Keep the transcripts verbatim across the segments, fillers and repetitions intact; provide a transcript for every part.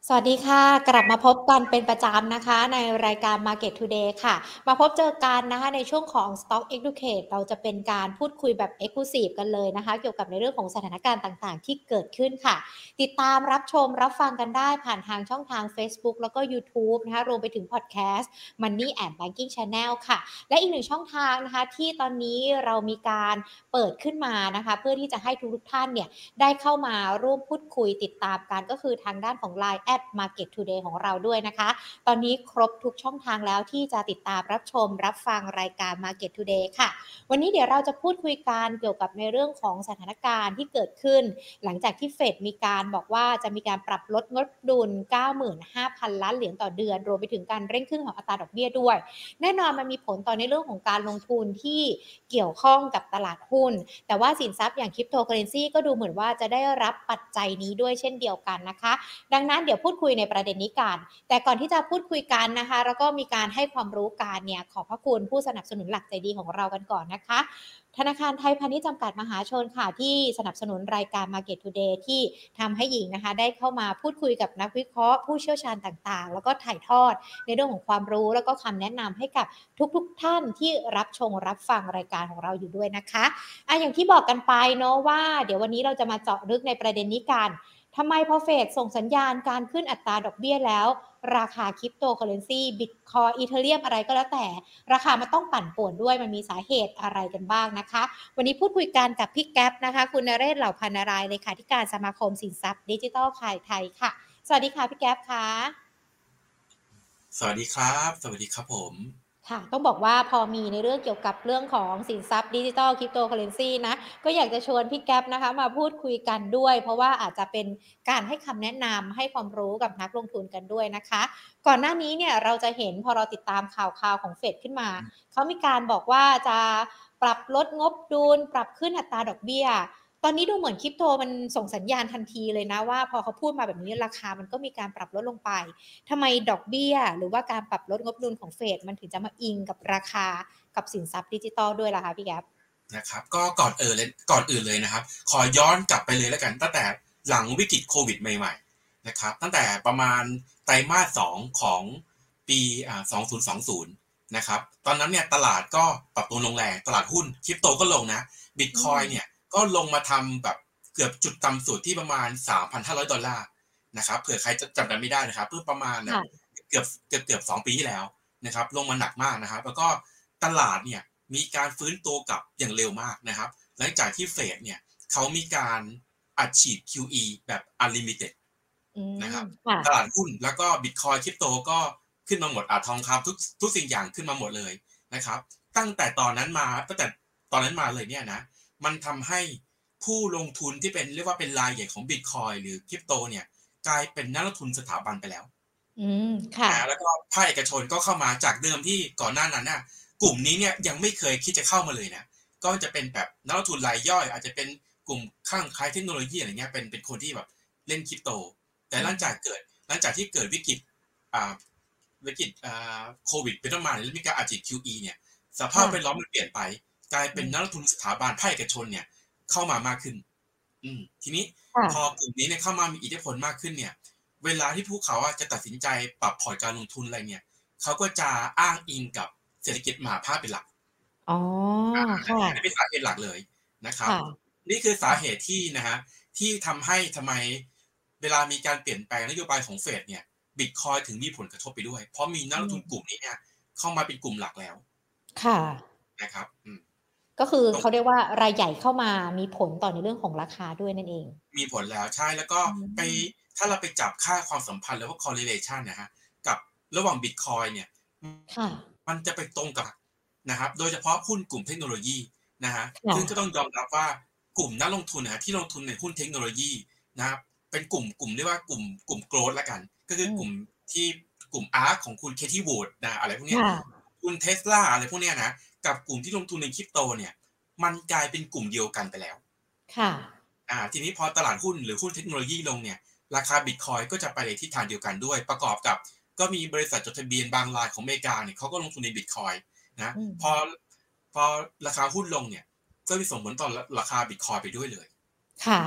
สวัสดีค่ะกลับมาพบกันเป็นประจำนะคะในรายการ Market Today ค่ะมาพบเจอกันนะคะในช่วงของ Stock Educate เราจะเป็นการพูดคุยแบบ Exclusive กันเลยนะคะเกี่ยวกับในเรื่องของสถานการณ์ต่างๆที่เกิดขึ้นค่ะติดตามรับชมรับฟังกันได้ผ่านทางช่องทางเฟซบุ๊กแล้วก็ยูทูบนะคะรวมไปถึงพอดแคสต์ Money and Banking Channel ค่ะและอีกหนึ่งช่องทางนะคะที่ตอนนี้เรามีการเปิดขึ้นมานะคะเพื่อที่จะให้ทุกๆท่านเนี่ยได้เข้ามาร่วมพูดคุยติดตามกันก็คือทางด้านของ ไลน์ แอท Market Today ของเราด้วยนะคะตอนนี้ครบทุกช่องทางแล้วที่จะติดตามรับชมรับฟังรายการ Market Today ค่ะวันนี้เดี๋ยวเราจะพูดคุยกันเกี่ยวกับในเรื่องของสถานการณ์ที่เกิดขึ้นหลังจากที่เฟดมีการบอกว่าจะมีการปรับลดงบดุล เก้าหมื่นห้าพัน ล้านเหรียญต่อเดือนรวมไปถึงการเร่งขึ้นของอัตราดอกเบี้ยด้วยแน่นอนมันมีผลต่อในเรื่องของการลงทุนที่เกี่ยวข้องกับตลาดหุ้นแต่ว่าสินทรัพย์อย่าง Cryptocurrency ก็ดูเหมือนว่าจะได้รับปัจจัยนี้ด้วยเช่นเดียวกันนะคะดังนั้นเดี๋ยวพูดคุยในประเด็นนี้กันแต่ก่อนที่จะพูดคุยกันนะคะแล้วก็มีการให้ความรู้กันเนี่ยขอบพระคุณผู้สนับสนุนหลักใจดีของเรากันก่อนนะคะธนาคารไทยพาณิชย์จำกัดมหาชนค่ะที่สนับสนุนรายการ Market Today ที่ทำให้หญิงนะคะได้เข้ามาพูดคุยกับนักวิเคราะห์ผู้เชี่ยวชาญต่างๆแล้วก็ถ่ายทอดในเรื่องของความรู้แล้วก็คำแนะนำให้กับทุกๆท่านที่รับชมรับฟังรายการของเราอยู่ด้วยนะคะอ่ะอย่างที่บอกกันไปเนาะว่าเดี๋ยววันนี้เราจะมาเจาะลึกในประเด็นนี้กันทำไมพอเฟดส่งสัญญาณการขึ้นอัตราดอกเบี้ยแล้วราคาคริปโตเคอเรนซีบิตคอยอีเธเรียมอะไรก็แล้วแต่ราคามันต้องปั่นป่วนด้วยมันมีสาเหตุอะไรกันบ้างนะคะวันนี้พูดคุยกันกับพี่แก๊ปนะคะคุณนเรศเหล่าพันนารายเลขาธิการสมาคมสินทรัพย์ดิจิทัลไทยค่ะสวัสดีค่ะพี่แก๊ปค่ะสวัสดีครับสวัสดีครับผมค่ะต้องบอกว่าพอมีในเรื่องเกี่ยวกับเรื่องของสินทรัพย์ดิจิทัลคริปโตเคอเรนซีนะก็อยากจะชวนพี่แก๊ปนะคะมาพูดคุยกันด้วยเพราะว่าอาจจะเป็นการให้คำแนะนำให้ความรู้กับนักลงทุนกันด้วยนะคะก่อนหน้านี้เนี่ยเราจะเห็นพอเราติดตามข่าวข่าวของเฟดขึ้นมาเขามีการบอกว่าจะปรับลดงบดุลปรับขึ้นอัตราดอกเบี้ยตอนนี้ดูเหมือนคริปโตมันส่งสัญญาณทันทีเลยนะว่าพอเขาพูดมาแบบนี้ราคามันก็มีการปรับลดลงไป ทำไมดอกเบี้ยหรือว่าการปรับลดงบดุลของเฟดมันถึงจะมาอิงกับราคากับสินทรัพย์ดิจิทัลด้วยล่ะคะพี่แก๊ปนะครับก็ก่อนเอ่ยเลยก่อนอื่นเลยนะครับขอย้อนกลับไปเลยแล้วกันตั้งแต่หลังวิกฤตโควิดใหม่ๆนะครับตั้งแต่ประมาณไตรมาสสองของปีอ่าสองพันยี่สิบนะครับตอนนั้นเนี่ยตลาดก็ปรับตัวลงแรงตลาดหุ้นคริปโตก็ลงนะบิตอืคอยเนี่ยมก็ลงมาทำแบบเกือบจุดต่ำสุดที่ประมาณสามพันห้าร้อยดอลลาร์นะครับเผื่อใครจะจำกันไม่ได้นะครับเพื่อประมาณแบบค่ะเกือบเกือบเกือบสองปีที่แล้วนะครับลงมาหนักมากนะครับแล้วก็ตลาดเนี่ย มีการฟื้นตัวกลับอย่างเร็วมากนะครับหลังจากที่เฟดเนี่ยเขามีการอัดฉีด คิว อี แบบ Unlimited อืมนะครับค่ะตลาดหุ้นแล้วก็บิตคอยคริปโตก็ขึ้นมาหมดอ่าทองคำทุกทุกสิ่งอย่างขึ้นมาหมดเลยนะครับตั้งแต่ตอนนั้นมาตั้งแต่ตอนนั้นมาเลยเนี่ยนะมันทำให้ผู้ลงทุนที่เป็นเรียกว่าเป็นรายใหญ่ของบิตคอยหรือคริปโตเนี่ยกลายเป็นนักลงทุนสถาบันไปแล้วอืมค่ะนะแล้วก็ภาคเอกชนก็เข้ามาจากเดิมที่ก่อนหน้านั้นน่ะกลุ่มนี้เนี่ยยังไม่เคยคิดจะเข้ามาเลยนะก็จะเป็นแบบนักลงทุนรายย่อยอาจจะเป็นกลุ่มข้างคล้ายเทคโนโลยีอะไรเงี้ยเป็นเป็นคนที่แบบเล่นคริปโตแต่อืมหลังจากเกิดหลังจากที่เกิดวิกฤตอ่าวิกฤตอ่าโควิดเป็นต้นมาแล้วมีการอัดฉีด คิว อี เนี่ยสภาพแวดค่ะล้อมมันเปลี่ยนไปกลายอืเป็นนักลมงทุนสถาบันภาคเอกชนเนี่ยเข้ามามากขึ้นอืมทีนี้พอค่ะกลุ่มนี้เนี่ยเข้ามามีอิทธิพลมากขึ้นเนี่ย เวลาที่พวกเขาอะจะตัดสินใจปรับพอร์ตการลงทุนอะไรเนี่ยเขาก็จะอ้างอิงกับเศรษฐกิจมหาภาคเป็นหลักอ๋ออาค่ะอันนี้เป็นสาเหตุหลักเลยนะครับค่ะนี่คือสาเหตุที่นะฮะที่ทำให้ทำไมเวลามีการเปลี่ยนแปลงนโยบายของเฟดเนี่ยบิตคอยถึงมีผลกระทบไปด้วยเพราะมีนักลงทุนกอืมลุ่มนี้เนี่ยเข้ามาเป็นกลุ่มหลักแล้วค่ะนะครับอืมก็คือตรงเขาเรียกว่ารายใหญ่เข้ามามีผลต่อในเรื่องของราคาด้วยนั่นเองมีผลแล้วใช่แล้วก็อืไปมถ้าเราไปจับค่าความสัมพันธ์หรือว่า correlation นะฮะกับระหว่างบิตคอยน์เนี่ยค่ะมันจะไปตรงกับนะครับโดยเฉพาะหุ้นกลุ่มเทคโนโลยีนะฮะซึ่งก็ค่ะต้องยอมรับว่ากลุ่มนักลงทุนนะฮะที่ลงทุนในหุ้นเทคโนโลยีนะครับเป็นกลุ่มกลุ่มเรียกว่ากลุ่มกลุ่ม growth แล้วกันก็คือกลุ่มอืมที่กลุ่ม อาร์ค ของคุณ Cathie Wood นะอะไรพวกเนี้ยค่ะคุณ Tesla อะไรพวกเนี้ยนะกับกลุ่มที่ลงทุนใน Crypto เนี่ยมันกลายเป็นกลุ่มเดียวกันไปแล้วค่ะอ่าทีนี้พอตลาดหุ้นหรือหุ้นเทคโนโลยีลงเนี่ยราคาบิตคอยก็จะไปในทิศทางเดียวกันด้วยประกอบกับก็มีบริษัทจดทะเบียนบางรายของอเมริกาเนี่ยเขาก็ลงทุนในบิตคอยนะอืมพอพอราคาหุ้นลงเนี่ยก็มีส่งผลต่อราคาบิตคอยไปด้วยเลยค่ะ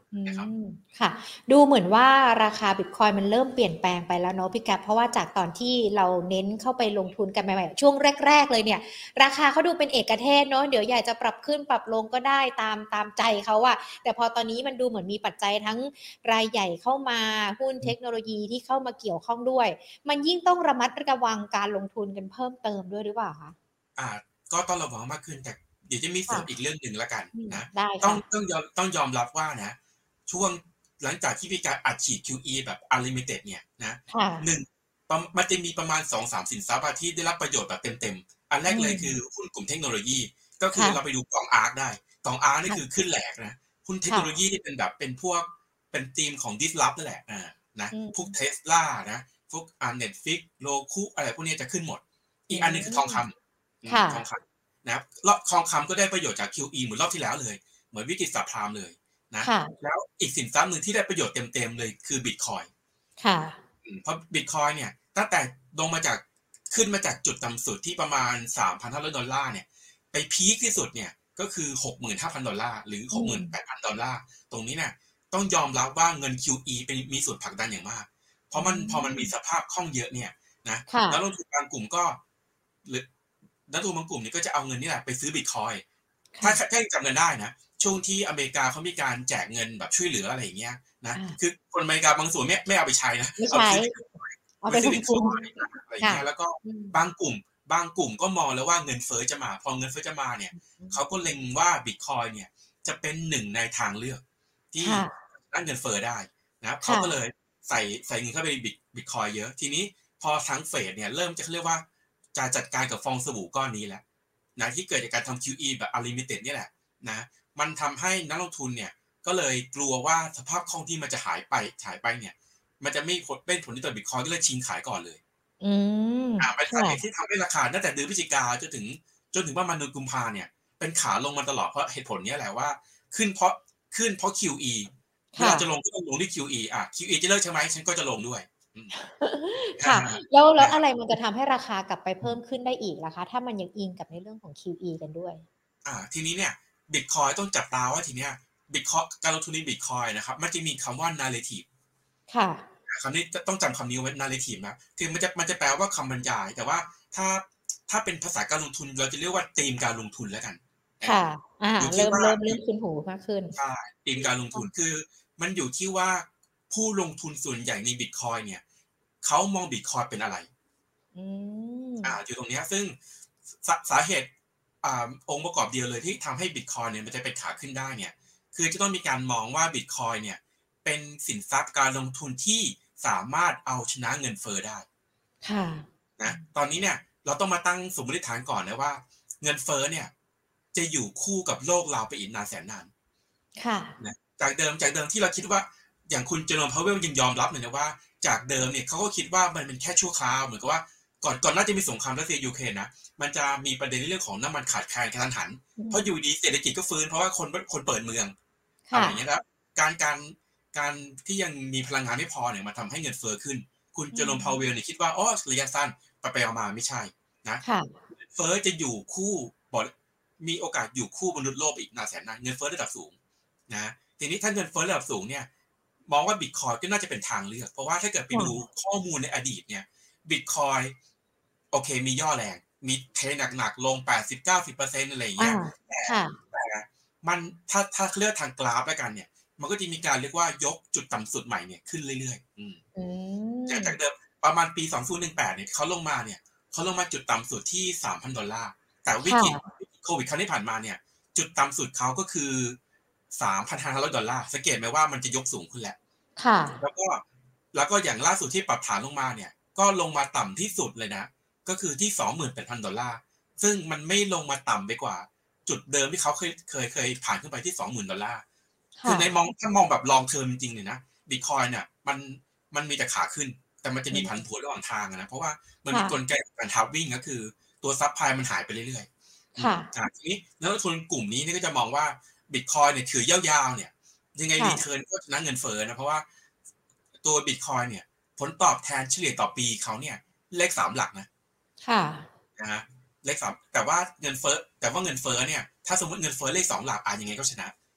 อืนะครับมค่ะดูเหมือนว่าราคาบิตคอยน์มันเริ่มเปลี่ยนแปลงไปแล้วเนาะพี่แก๊ปเพราะว่าจากตอนที่เราเน้นเข้าไปลงทุนกันใหม่ๆช่วงแรกๆเลยเนี่ยราคาเขาดูเป็นเอกเทศเนาะเดี๋ยวอยากจะปรับขึ้นปรับลงก็ได้ตามตามใจเขาอะแต่พอตอนนี้มันดูเหมือนมีปัจจัยทั้งรายใหญ่เข้ามาหุ้นเทคโนโลยีที่เข้ามาเกี่ยวข้องด้วยมันยิ่งต้องระมัดระวังการลงทุนกันเพิ่มเติมด้วยหรือเปล่าคะอ่าก็ต้องระวังมากขึ้นแต่เดี๋ยวจะมีเสริค่ะมอีกเรื่องหนึ่งแล้วกันอืมนะได้ต้องค่ะต้องยอมต้องยอมรับว่านะช่วงหลังจากที่มีการอัดฉีด คิว อี แบบ Unlimited เนี่ยนะค่ะหนึ่งประมันจะมีประมาณสองสามสินทรัพย์อะที่ได้รับประโยชน์แบบเต็มๆอันแรอืกเลยคือมหุ้นกลุ่มเทคโนโลยีก็คือเราไปค่ะดูกอง อาร์ค ได้กอง อาร์ค นี่คือค่ะขึ้นแหลกนะหุ้นเทคโนโลยีค่ะที่เป็นแบบเป็นพวกเป็นธีมของ Disrupt นั่นแหละอานะอืพวกม Tesla นะพวกอ่า Netflix Roku อะไรพวกนี้จะขึ้นหมดอือีกอันหนึ่งคือทองมคำอืมค่ะทองคำ นะครับรอบทองคำก็ได้ประโยชน์จาก คิว อี เหมือนรอบที่แล้วเลยเหมือนวิกฤตซับไพรม์เลยนะค่ะแล้วอีกสินทรัพย์หนึ่งที่ได้ประโยชน์เต็มๆเลยคือบิตคอยน์ค่ะเพราะบิตคอยน์เนี่ยตั้งแต่ลงมาจากขึ้นมาจากจุดต่ำสุดที่ประมาณ สามพันห้าร้อย ดอลลาร์เนี่ยไปพีคที่สุดเนี่ยก็คือ หกหมื่นห้าพัน ดอลลาร์หรืออืมหกหมื่นแปดพัน ดอลลาร์ตรงนี้เนี่ยต้องยอมรับว่าเงิน คิว อี เป็นมีส่วนผลักดันอย่างมากเพอืราะมันพอมันมีสมภาพคล่องเยอะเนี่ยนะค่ะนักลงทุนบางกลุ่มก็หรือนักลงทุนบางกลุ่มเนี่ยก็จะเอาเงินนี่แหละไปซื้อบิตคอยน์ ถ้าค่ะถ้ายังจำกันได้นะช่วงที่อเมริกาเขามีการแจกเงินแบบช่วยเหลืออะไรอย่างเงี้ยนะอาคือคนอเมริกาบางส่วนไม่ไม่เอาไปใช้นะเอาไปไม่ใช้ซื้อบิตคอยน์เอาไปเอาไปซื้อบิตคลงทุนอยน์อะไรอย่างค่ะเงี้ยแล้วก็อืมบางกลุ่มบางกลุ่มก็มองแล้วว่าเงินเฟ้อจะมาพอเงินเฟ้อจะมาเนี่ยอืมเขาก็เล็งว่าบิตคอยน์เนี่ยจะเป็นหนึ่งในทางเลือกที่ค่ะต้านเงินเฟ้อได้นะครับเขาค่ะก็เลยใส่ใส่เงินเข้าไปบิตบิตคอยน์เยอะทีนี้พอทั้งเฟดเนี่ยเริ่มจะเขาเรียกว่าจะจัดการกับฟองสบู่ก้อนนี้แล้วนะที่เกิดจากการทำ คิว อี แบบ Unlimited นี่แหละนะ มันทำให้นักลงทุนเนี่ยก็เลยกลัวว่าสภาพคล่องที่มันจะหายไปหายไปเนี่ยมันจะไม่ผลเป็นผลที่ต่อบิตคอยก็เลยชิงขายก่อนเลยอืมอ่าเป็นสาเหตุค่ะที่ทำให้ราคาตั้งแต่เดือนพฤศจิกาจนถึงจนถึงประมาณเดือนกุมภาเนี่ยเป็นขาลงมาตลอดเพราะเหตุผลเนี้ยแหละว่าขึ้นเพราะขึ้นเพราะ คิว อี เวลาค่ะจะลงก็ต้องลงที่ คิว อี อ่ะ คิว อี จะเลิกใช่ไหมฉันก็จะลงด้วยอืมค่ะอาแล้วแล้วนะครับอะไรมันจะทำให้ราคากลับไปเพิ่มขึ้นได้อีกล่ะคะถ้ามันยังอิงกับในเรื่องของ คิว อี กันด้วยอ่าทีนี้เนี่ยบิตคอยต้องจับตาว่าทีเนี้ยบิตคอยการลงทุนในบิตคอยนะครับมันจะมีคำว่า narrative ค่ะคำนี้ต้องจำคำนี้ไว้ narrative นะคือมันจะมันจะแปลว่าคำบรรยายแต่ว่าถ้าถ้าเป็นภาษาการลงทุนเราจะเรียกว่าธีมการลงทุนแล้วกันอ่าค่ะอาอยู่ที่เริ่มว่าเริ่มเริ่อยู่มคุ้นหูมากขึ้นใช่ธีมการลงทุนคือมันอยู่ที่ว่าผู้ลงทุนส่วนใหญ่ในบิตคอยเนี่ยเขามองบิตคอยเป็นอะไรอืมอ่าอยู่ตรงเนี้ยซึ่งสาสาเหตุอ่าองค์ประกอบเดียวเลยที่ทำให้บิตคอยเนี่ยมันจะเป็นขาขึ้นได้เนี่ยคือจะต้องมีการมองว่าบิตคอยเนี่ยเป็นสินทรัพย์การลงทุนที่สามารถเอาชนะเงินเฟ้อได้ค่ะนะตอนนี้เนี่ยเราต้องมาตั้งสมมติฐานก่อนนะว่าเงินเฟ้อเนี่ยจะอยู่คู่กับโลกเราไปอีกนานแสนนานค่ะนะจากเดิมจากเดิมที่เราคิดว่าอย่างคุณเจอร์มพาวเวลยังยอมรับเลยนะว่าจากเดิมเนี่ยเขาก็คิดว่ามันเป็นแค่ชั่วคราวเหมือนกับว่าก่อนก่อนน่าจะมีสงครามรัสเซียยูเครนนะมันจะมีประเด็นในเรื่องของน้ำมันขาดแคลนกระทันหันอืมเพราะอยู่ดีเศรษฐกิจก็ฟื้นเพราะว่าคนคนเปิดเมืองอะไรค่ะอย่างเงี้ยครับการการการที่ยังมีพลังงานไม่พอเนี่ยมาทำให้เงินเฟ้อขึ้นคุณอืเจอร์มพาวเวลมเนี่ยคิดว่าอ๋อระยะสั้นไปไปมาไม่ใช่นะค่ะเงินเฟ้อจะอยู่คู่บอกมีโอกาสอยู่คู่มนุษย์โลกอีกนานแสนนานเงินเฟ้อระดับสูงนะ ทีนี้ถ้าเงินเฟ้อระดับสูงเนี่ยมองว่าบิตคอยก็น่าจะเป็นทางเลือกเพราะว่าถ้าเกิดไปดูค่ะข้อมูลในอดีตเนี่ยบิตคอยโอเคมีย่อแรงมีเทหนักๆลง แปดสิบถึงเก้าสิบเปอร์เซ็นต์ อะไรอย่างอาเงี้ยแต่ค่ะแต่มันถ้าถ้าเลือกทางกราฟแล้วกันเนี่ยมันก็จะมีการเรียกว่ายกจุดต่ำสุดใหม่เนี่ยขึ้นเรื่อยๆอืมอืจากมจากเดิมประมาณปีสองพันสิบแปดเนี่ยเขาลงมาเนี่ยเขาลงมาจุดต่ำสุดที่ สามพัน ดอลลาร์แต่วิกฤตค่ะโควิดครั้งที่ผ่านมาเนี่ยจุดต่ำสุดเขาก็คือ สามพันห้าร้อย ดอลลาร์สังเกตไหมว่ามันจะยกสูงขึ้นแล้วค่ะแล้วก็แล้วก็อย่างล่าสุดที่ปรับฐานลงมาเนี่ยก็ลงมาต่ำที่สุดเลยนะก็คือที่ สองหมื่นแปดพัน ดอลลาร์ซึ่งมันไม่ลงมาต่ำไปกว่าจุดเดิมที่เขาเคยเคยเคยผ่านขึ้นไปที่ สองหมื่น ดอลลาร์คือค่ะในมองถ้ามองแบบลองเทอมจริงๆเลยนะบิตคอยเนี่ยมันมันมีแต่ขาขึ้นแต่มันจะอืมีผันมผวนระหว่างทางนะเพราะว่ามันมีค่ะกลไกการทับวิ่งก็คือตัวซัพพลายมันหายไปเรื่อยๆอืมค่ะอ่าทีนี้นักลงทุนกลุ่มนี้นี่ก็จะมองว่าบิตคอยเนี่ยถือยาวๆเนี่ยยังไงรีเทิค่ะร์นก็ชนะเงินเฟ้อนะเพราะว่าตัวบิตคอยเนี่ยผลตอบแทนเฉลี่ยต่อปีเขาเนี่ยเลขสามหลักนะค่ะนะฮะเลขสามแต่ว่าเงินเฟ้อแต่ว่าเงินเฟ้อเนี่ยถ้าสมมติเงินเฟ้อเลขสองหลักอ่ะยังไงก็ชนะ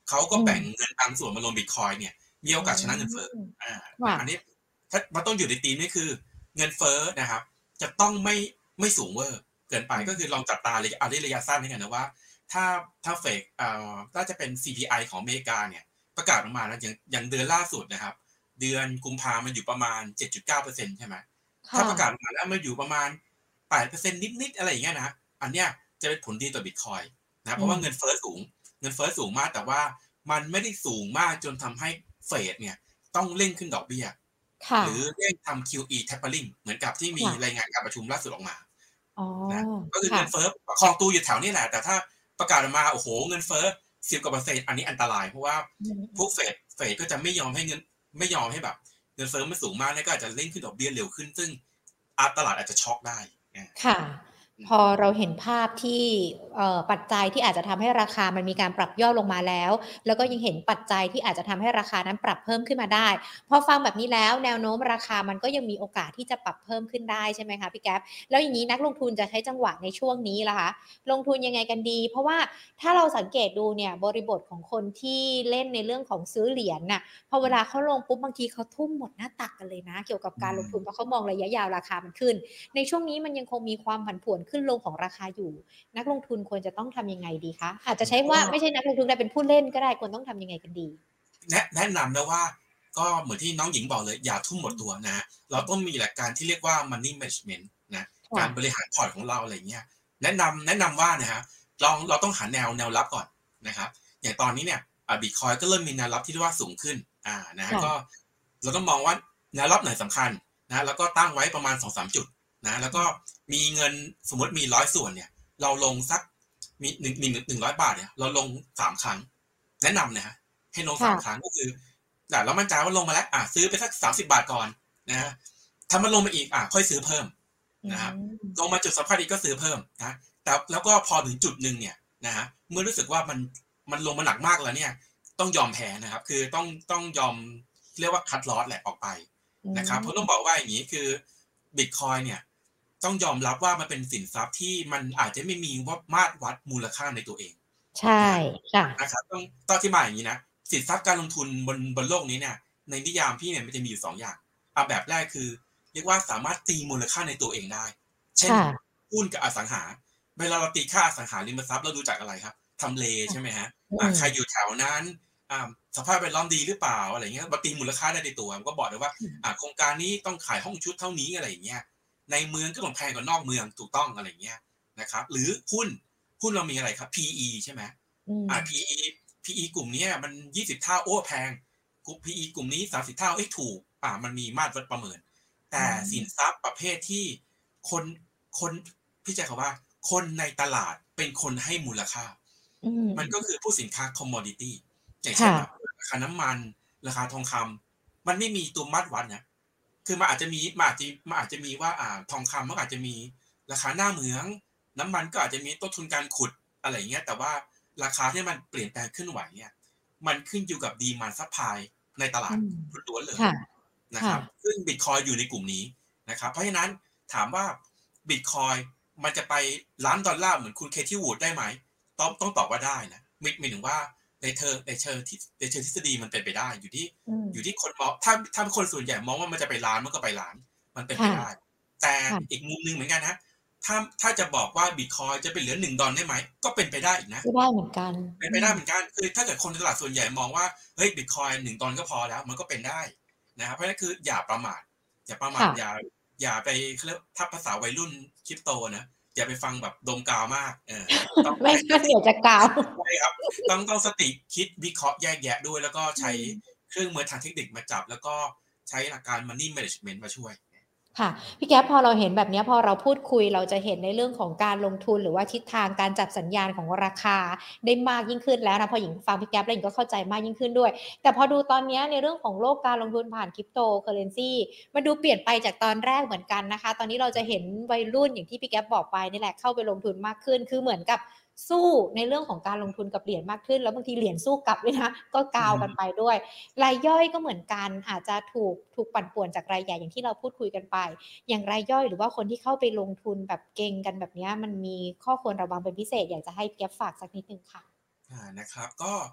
เขาก็อืแบ่งมเงินบางส่วนมาลงบิตคอยน์เนี่ยมีโออืกาสชนะเงินเฟ้อมอ่าค่ะอันนี้ถ้ามันต้องอยู่ในธีมนี้คือเงินเฟ้อนะครับจะต้องไม่ไม่สูงเวอร์เกินไปอืมก็คือลองจับตาเลยเอาได้ระยะสั้นนี่กันนะว่าถ้าถ้าเฟกเอ่อน่าจะเป็น ซี พี ไอ ของอเมริกาเนี่ยประกาศออกมาแล้วอย่างอย่างเดือนล่าสุดนะครับเดือนกุมภามันอยู่ประมาณเจ็ดจุดเก้าเปอร์เซ็นต์ใช่ไหมถ้าค่ะประกาศออกมาแล้วมันอยู่ประมาณแปดเปอร์เซ็นต์นิดๆอะไรอย่างเงี้ยนะอันเนี้ยจะเป็นผลดีต่อบิตคอยน์นะเพอืมราะว่าเงินเฟ้อสูงเงินเฟ้อสูงมากแต่ว่ามันไม่ได้สูงมากจนทำให้เฟดเนี่ยต้องเร่งขึ้นดอกเบี้ยค่ะหรือเร่งทำ คิว อี tapering เหมือนกับที่มีค่ะรายงานการประชุมล่าสุดออกมาอ๋อนะก็คือค่ะเงินเฟ้อประคองตัวอยู่แถวนี้แหละแต่ถ้าประกาศออกมาโอ้โหเงินเฟ้อสิบกว่าเปอร์เซ็นต์อันนี้อันตรายเพราะว่าอืพวกมเฟดเฟดก็จะไม่ยอมให้เงินไม่ยอมให้แบบเงินเฟ้อมันสูงมากเนี่ยก็อาจจะเร่งขึ้นดอกเบี้ยเร็วขึ้นซึ่งอาตลาดอาจจะช็อกได้อาค่ะอืมพอเราเห็นภาพที่เอ่อปัจจัยที่อาจจะทำให้ราคามันมีการปรับย่อลงมาแล้วแล้วก็ยังเห็นปัจจัยที่อาจจะทำให้ราคานั้นปรับเพิ่มขึ้นมาได้พอฟังแบบนี้แล้วแนวโน้มราคามันก็ยังมีโอกาสที่จะปรับเพิ่มขึ้นได้ใช่ไหมคะพี่แก๊ปแล้วอย่างงี้นักลงทุนจะใช้จังหวะในช่วงนี้ล่ะคะลงทุนยังไงกันดีเพราะว่าถ้าเราสังเกตดูเนี่ยบริบทของคนที่เล่นในเรื่องของซื้อเหรียญน่ะพอเวลาเขาลงปุ๊บบางทีเขาทุ่มหมดหน้าตักกันเลยนะเกี่ยวกับอืการลงทุนเพราะมเขามองระยะยาวราคามันขึ้น ในช่วงนี้มันยังคงมีความผันผวนขึ้นลงของราคาอยู่ นักลงทุนควรจะต้องทำยังไงดีคะอาจจะใช้ว่าก็ไม่ใช่นักลงทุนได้เป็นผู้เล่นก็ได้ควรต้องทำยังไงกันดีแนะแนะนำนะว่าก็เหมือนที่น้องหญิงบอกเลยอย่าทุ่มหมอืมดตัวนะเราอืมต้องมีหลักการที่เรียกว่า money management นะค่ะการบริหารพอร์ตของเราอะไรเงี้ยแนะนำแนะนำว่านะฮะลองเราต้องหาแนวแนวรับก่อนนะครับอย่างตอนนี้เนี่ยอ่าบิตคอยก็เริ่มมีแนวรับที่เรียกว่าสูงขึ้นอ่านะฮะค่ะก็เราต้องมองว่าแนวรับไหนสำคัญนะแล้วก็ตั้งไว้ประมาณสองถึงสามจุดนะแล้วก็มีเงินสมมติมีร้อยส่วนเนี่ยเราลงสักมีหนึ่งมีหนึ่งร้อยบาทเนี่ยเราลงสามครั้งแนะนำนะฮะ ให้ลงสามครั้ค่ะงก็คืออ่ะเรามั่นใจว่าลงมาแล้วอ่ะซื้อไปสักสามสิบบาทก่อนนะฮะถ้ามันลงมาอีกอ่ะค่อยซื้อเพิ่มอืนะครับลงมมาจุดสำคัญอีกก็ซื้อเพิ่มนะแต่แล้วก็พอถึงจุดหนึ่งเนี่ยนะฮะเมื่อรู้สึกว่ามันมันลงมาหนักมากแล้วเนี่ยต้องยอมแพ้นะครับคือต้องต้องยอมเรียกว่าคัดลอสแหละออกไปอืนะครับเพราะต้องมบอกว่าอย่างนี้คือบิตคอยเนี่ยต้องยอมรับว่ามันเป็นสินทรัพย์ที่มันอาจจะไม่มีว่ามาตรวัดมูลค่าในตัวเองใช่นะค่ะนะครับต้องต้องอธิบายอย่างนี้นะสินทรัพย์การลงทุนบนบนโลกนี้เนี่ยในนิยามพี่เนี่ยมันจะมีอยู่สองอย่างเอาแบบแรกคือเรียกว่าสามารถตีมูลค่าในตัวเองได้เช่นค่ะหุ้นกับอสังหาเวลาเราตีค่าอสังหาริมทรัพย์เราดูจากอะไรครับทำเลใช่ไหมฮะอือ่ามใครอยู่แถวนั้นอ่าสภาพแวดล้อมดีหรือเปล่าอะไรเงี้ยมาตีมูลค่าได้ในตัวมันก็บอกเลยว่าอ่าโครงการนี้ต้องขายห้องชุดเท่านี้อะไรอย่างเงี้ยในเมืองก็ต้องแพงกว่านอกเมืองถูกต้องอะไรเงี้ยนะครับหรือหุ้นหุ้นเรามีอะไรครับ พี อี ใช่ไหมอืมอ่า พี อี พี อี กลุ่มเนี้ยมันยี่สิบเท่าโอ้แพงกลุ่ม พี อี กลุ่มนี้สามสิบเท่าเอ้ยถูกอ่ามันมีมาตรวัดประเมินอืแต่สินมทรัพย์ประเภทที่คนคนพี่ใช้คำว่าคนในตลาดเป็นคนให้มูลค่าอืมมันก็คือพวกสินค้า commodity อย่างเช่นค่ะแบบราคาน้ำมันราคาทองคำมันไม่มีตัวมัดวัดนะคือมันอาจจะมีมันอาจจะมันอาจจะมีว่าอ่าทองคำมันอาจจะมีราคาหน้าเหมืองน้ำมันก็อาจจะมีต้นทุนการขุดอะไรอย่างเงี้ยแต่ว่า ราคาที่มันเปลี่ยนแปลงเคลื่อนไหวเนี่ยมันขึ้นอยู่กับดีมานด์ซัพพลายในตลาดอืมล้วนๆเลยค่ะนะครับค่ะซึ่งบิตคอยอยู่ในกลุ่มนี้นะครับเพราะฉะนั้นถามว่าบิตคอยมันจะไปล้านดอลลาร์เหมือนคุณเคที่วูดได้ไหมต้องต้องตอบว่าได้นะหมายหมายถึงว่าในเทอในเชิงที่ในเชิงทฤษฎีมันเป็นไปได้อยู่ที่อืมอยู่ที่คนมองถ้าถ้าคนส่วนใหญ่มองว่ามันจะไปล้านมันก็ไปล้านมันเป็นไปค่ะได้แต่ค่ะอีกมุมหนึ่งเหมือนกันนะถ้าถ้าจะบอกว่าบิตคอยจะไปเหลือหนึ่งดอลได้ไหมก็เป็นไปได้อีกนะก็ได้เหมือนกันเป็นไปอืมได้เหมือนกันคือถ้าเกิดคนในตลาดส่วนใหญ่มองว่าเฮ้ยบิตคอยหนึ่งตอนก็พอแล้วมันก็เป็นได้นะครับเพราะฉะนั้นคืออย่าประมาทอย่าประมาทค่ะอย่าอย่าไปเขาเรียกถ้าภาษาวัยรุ่นคริปโตนะอย่าไปฟังแบบดมกาวมากเออต้องไม่ใช้สติงั้นเดี๋ยวจะกาวใช่ครับต้องต้องสติคิดวิเคราะห์แยกแยะด้วยแล้วก็อืใช้มเครื่องมือทางเทคนิคมาจับแล้วก็ใช้หลักการ Money Management มาช่วยค่ะพี่แก๊ปพอเราเห็นแบบเนี้ยพอเราพูดคุยเราจะเห็นในเรื่องของการลงทุนหรือว่าทิศทางการจับสัญญาณของราคาได้มากยิ่งขึ้นแล้วนะพอหญิงฟังพี่แก๊ปแล้วหญิงก็เข้าใจมากยิ่งขึ้นด้วยแต่พอดูตอนเนี้ยในเรื่องของโลกการลงทุนผ่าน Cryptocurrency มันดูเปลี่ยนไปจากตอนแรกเหมือนกันนะคะตอนนี้เราจะเห็นวัยรุ่นอย่างที่พี่แก๊ปบอกไปนี่แหละเข้าไปลงทุนมากขึ้นคือเหมือนกับสู้ในเรื่องของการลงทุนกับเหรียญมากขึ้นแล้วบางทีเหรียญสู้กลับด้วยนะก็กาวกันไปด้วยรายย่อยก็เหมือนกันอาจจะถูกถูกปั่นป่วนจากรายใหญ่อย่างที่เราพูดคุยกันไป อย่างรายย่อยหรือว่าคนที่เข้าไปลงทุนแบบเก็งกันแบบนี้มันมีข้อควรระวังเป็นพิเศษอยากจะให้เปียกฝากสักนิดนึงค่ะอ่านะครับก็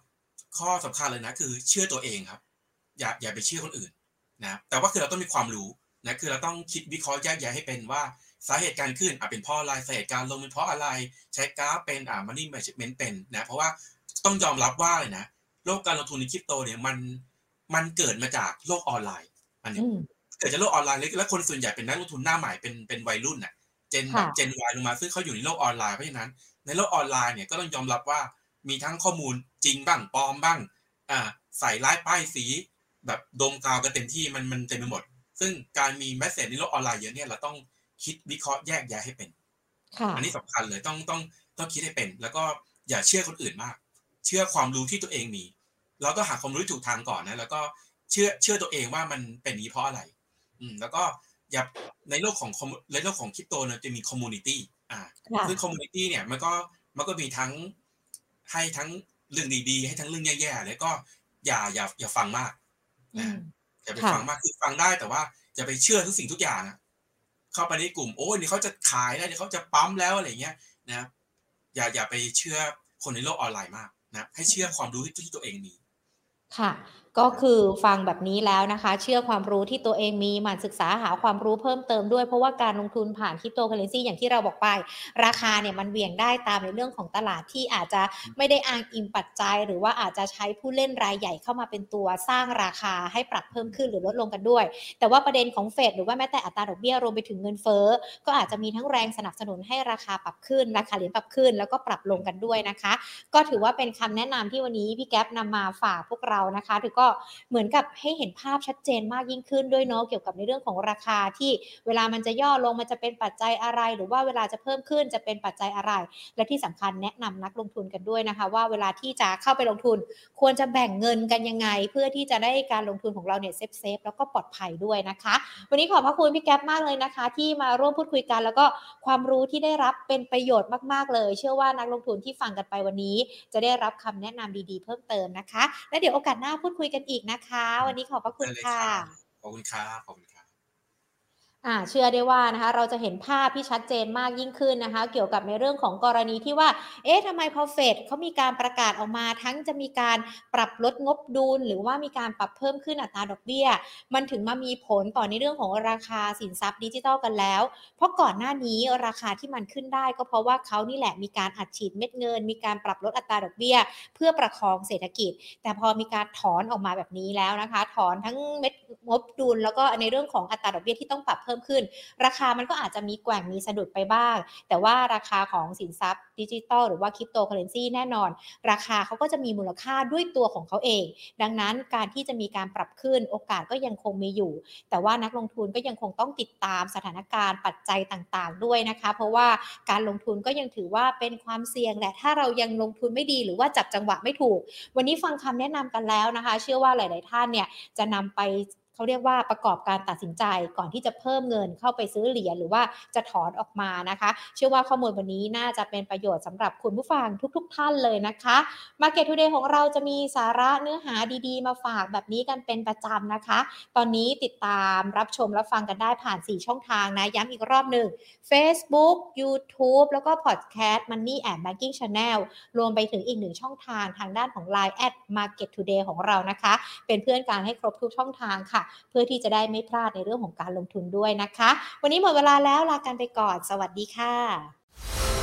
ข้อสำคัญเลยนะคือเชื่อตัวเองครับอย่าอย่าไปเชื่อคนอื่นนะแต่ว่าคือเราต้องมีความรู้นะคือเราต้องคิดวิเคราะห์แยกแยะให้เป็นว่าสาเหตุการขึ้นอ่ะเป็นเพราะอะไรสาเหตุการลงเป็นเพราะอะไรใช้กราฟเป็นอ่า money management เป็นนะเพราะว่าต้องยอมรับว่าเลยนะโลกการลงทุนในคริปโตเนี่ยมันมันเกิดมาจากโลกออนไลน์อันนี้เกิดจากโลกออนไลน์และคนส่วนใหญ่เป็นนักลงทุนหน้าใหม่เป็นเป็นวัยรุ่นน่ะเจนแบบเจน Y ลงมาซึ่งเขาอยู่ในโลกออนไลน์เพราะฉะนั้นในโลกออนไลน์เนี่ยก็ต้องยอมรับว่ามีทั้งข้อมูลจริงบ้างปลอมบ้างอ่าใส่ร้ายป้ายสีแบบดมกาวกันเต็มที่มันมันเต็มไปหมดซึ่งการมีแมสเสจในโลกออนไลน์เยอะเนี่ยเราต้องคิดวิเคราะห์แยกแยะให้เป็นอันนี้สำคัญเลยต้องต้องต้องคิดให้เป็นแล้วก็อย่าเชื่อคนอื่นมากเชื่อความรู้ที่ตัวเองมีเราต้องหาความรู้ถูกทางก่อนนะแล้วก็เชื่อเชื่อตัวเองว่ามันเป็นนี้เพราะอะไรอืมแล้วก็อย่าในโลกของในโลกของคริปโตเนี่ยจะมีคอมมูนิตี้อ่าซึ่งคอมมูนิตี้เนี่ยมันก็มันก็มีทั้งให้ทั้งเรื่องดีๆให้ทั้งเรื่องแย่ๆแล้วก็อย่าอย่าอย่าฟังมากนะอย่าไปฟังมากคือฟังได้แต่ว่าอย่าไปเชื่อทุกสิ่งทุกอย่างนะเข้าไปในกลุ่มโอ้ยนี่เขาจะขายแล้วเดี๋ยวเขาจะปั๊มแล้วอะไรเงี้ยนะอย่าอย่าไปเชื่อคนในโลกออนไลน์มากนะให้เชื่อความรู้ที่ตัวเองมีค่ะก็คือฟังแบบนี้แล้วนะคะเชื่อความรู้ที่ตัวเองมีหมั่นศึกษาหาความรู้เพิ่มเติมด้วยเพราะว่าการลงทุนผ่าน Cryptocurrency อย่างที่เราบอกไปราคาเนี่ยมันเหวี่ยงได้ตามในเรื่องของตลาดที่อาจจะไม่ได้อ้างอิงปัจจัยหรือว่าอาจจะใช้ผู้เล่นรายใหญ่เข้ามาเป็นตัวสร้างราคาให้ปรับเพิ่มขึ้นหรือลดลงกันด้วยแต่ว่าประเด็นของเฟดหรือว่าแม้แต่อัตราดอกเบี้ยรวมไปถึงเงินเฟ้อก็อาจจะมีทั้งแรงสนับสนุนให้ราคาปรับขึ้นราคาเหรียญปรับขึ้นแล้วก็ปรับลงกันด้วยนะคะก็ถือว่าเป็นคำแนะนำที่วันนี้พี่แก๊ปนำมาฝากพวกเรานะคะถือก็เหมือนกับให้เห็นภาพชัดเจนมากยิ่งขึ้นด้วยเนาะเกี่ยวกับในเรื่องของราคาที่เวลามันจะย่อลงมันจะเป็นปัจจัยอะไรหรือว่าเวลาจะเพิ่มขึ้นจะเป็นปัจจัยอะไรและที่สำคัญแนะนำนักลงทุนกันด้วยนะคะว่าเวลาที่จะเข้าไปลงทุนควรจะแบ่งเงินกันยังไงเพื่อที่จะได้การลงทุนของเราเนี่ยเซฟๆแล้วก็ปลอดภัยด้วยนะคะวันนี้ขอบพระคุณพี่แก๊ปมากเลยนะคะที่มาร่วมพูดคุยกันแล้วก็ความรู้ที่ได้รับเป็นประโยชน์มากๆเลยเชื่อว่านักลงทุนที่ฟังกันไปวันนี้จะได้รับคำแนะนำดีๆเพิ่มเติมนะคะและเดี๋ยวโอกาสหน้าพูดคุยกันอีกนะคะวันนี้ขอบพระคุณค่ะขอบคุณครับขอบคุณครับอ่าเชื่อได้ว่านะคะเราจะเห็นภาพที่ชัดเจนมากยิ่งขึ้นนะคะเกี่ยวกับในเรื่องของกรณีที่ว่าเอ๊ะทำไมพอเฟดเขามีการประกาศออกมาทั้งจะมีการปรับลดงบดุลหรือว่ามีการปรับเพิ่มขึ้นอัตราดอกเบี้ยมันถึงมามีผลต่อในเรื่องของราคาสินทรัพย์ดิจิทัลกันแล้วเพราะก่อนหน้านี้ราคาที่มันขึ้นได้ก็เพราะว่าเขานี่แหละมีการอัดฉีดเม็ดเงินมีการปรับลดอัตราดอกเบี้ยเพื่อประคองเศรษฐกิจแต่พอมีการถอนออกมาแบบนี้แล้วนะคะถอนทั้งเม็ดงบดุลแล้วก็ในเรื่องของอัตราดอกเบี้ยที่ต้องปรับเพิ่มขึ้นราคามันก็อาจจะมีแกว่งมีสะดุดไปบ้างแต่ว่าราคาของสินทรัพย์ดิจิทัลหรือว่าคริปโตเคอเรนซีแน่นอนราคาเขาก็จะมีมูลค่าด้วยตัวของเขาเองดังนั้นการที่จะมีการปรับขึ้นโอกาสก็ยังคงมีอยู่แต่ว่านักลงทุนก็ยังคงต้องติดตามสถานการณ์ปัจจัยต่างๆด้วยนะคะเพราะว่าการลงทุนก็ยังถือว่าเป็นความเสี่ยงแหละถ้าเรายังลงทุนไม่ดีหรือว่าจับจังหวะไม่ถูกวันนี้ฟังคำแนะนำกันแล้วนะคะเชื่อว่าหลายๆท่านเนี่ยจะนำไปเขาเรียกว่าประกอบการตัดสินใจก่อนที่จะเพิ่มเงินเข้าไปซื้อเหรียญหรือว่าจะถอนออกมานะคะเชื่อว่าข้อมูลวันนี้น่าจะเป็นประโยชน์สำหรับคุณผู้ฟังทุกๆท่านเลยนะคะ Market Today ของเราจะมีสาระเนื้อหาดีๆมาฝากแบบนี้กันเป็นประจำนะคะตอนนี้ติดตามรับชมรับฟังกันได้ผ่านสี่ช่องทางนะย้ำอีกรอบหนึ่ง Facebook YouTube แล้วก็ Podcast Money and Banking Channel รวมไปถึงอีกหนึ่งช่องทางทางด้านของ ไลน์ แอท Market Today ของเรานะคะเป็นเพื่อนกันให้ครบทุกช่องทางค่ะเพื่อที่จะได้ไม่พลาดในเรื่องของการลงทุนด้วยนะคะวันนี้หมดเวลาแล้วลากันไปก่อนสวัสดีค่ะ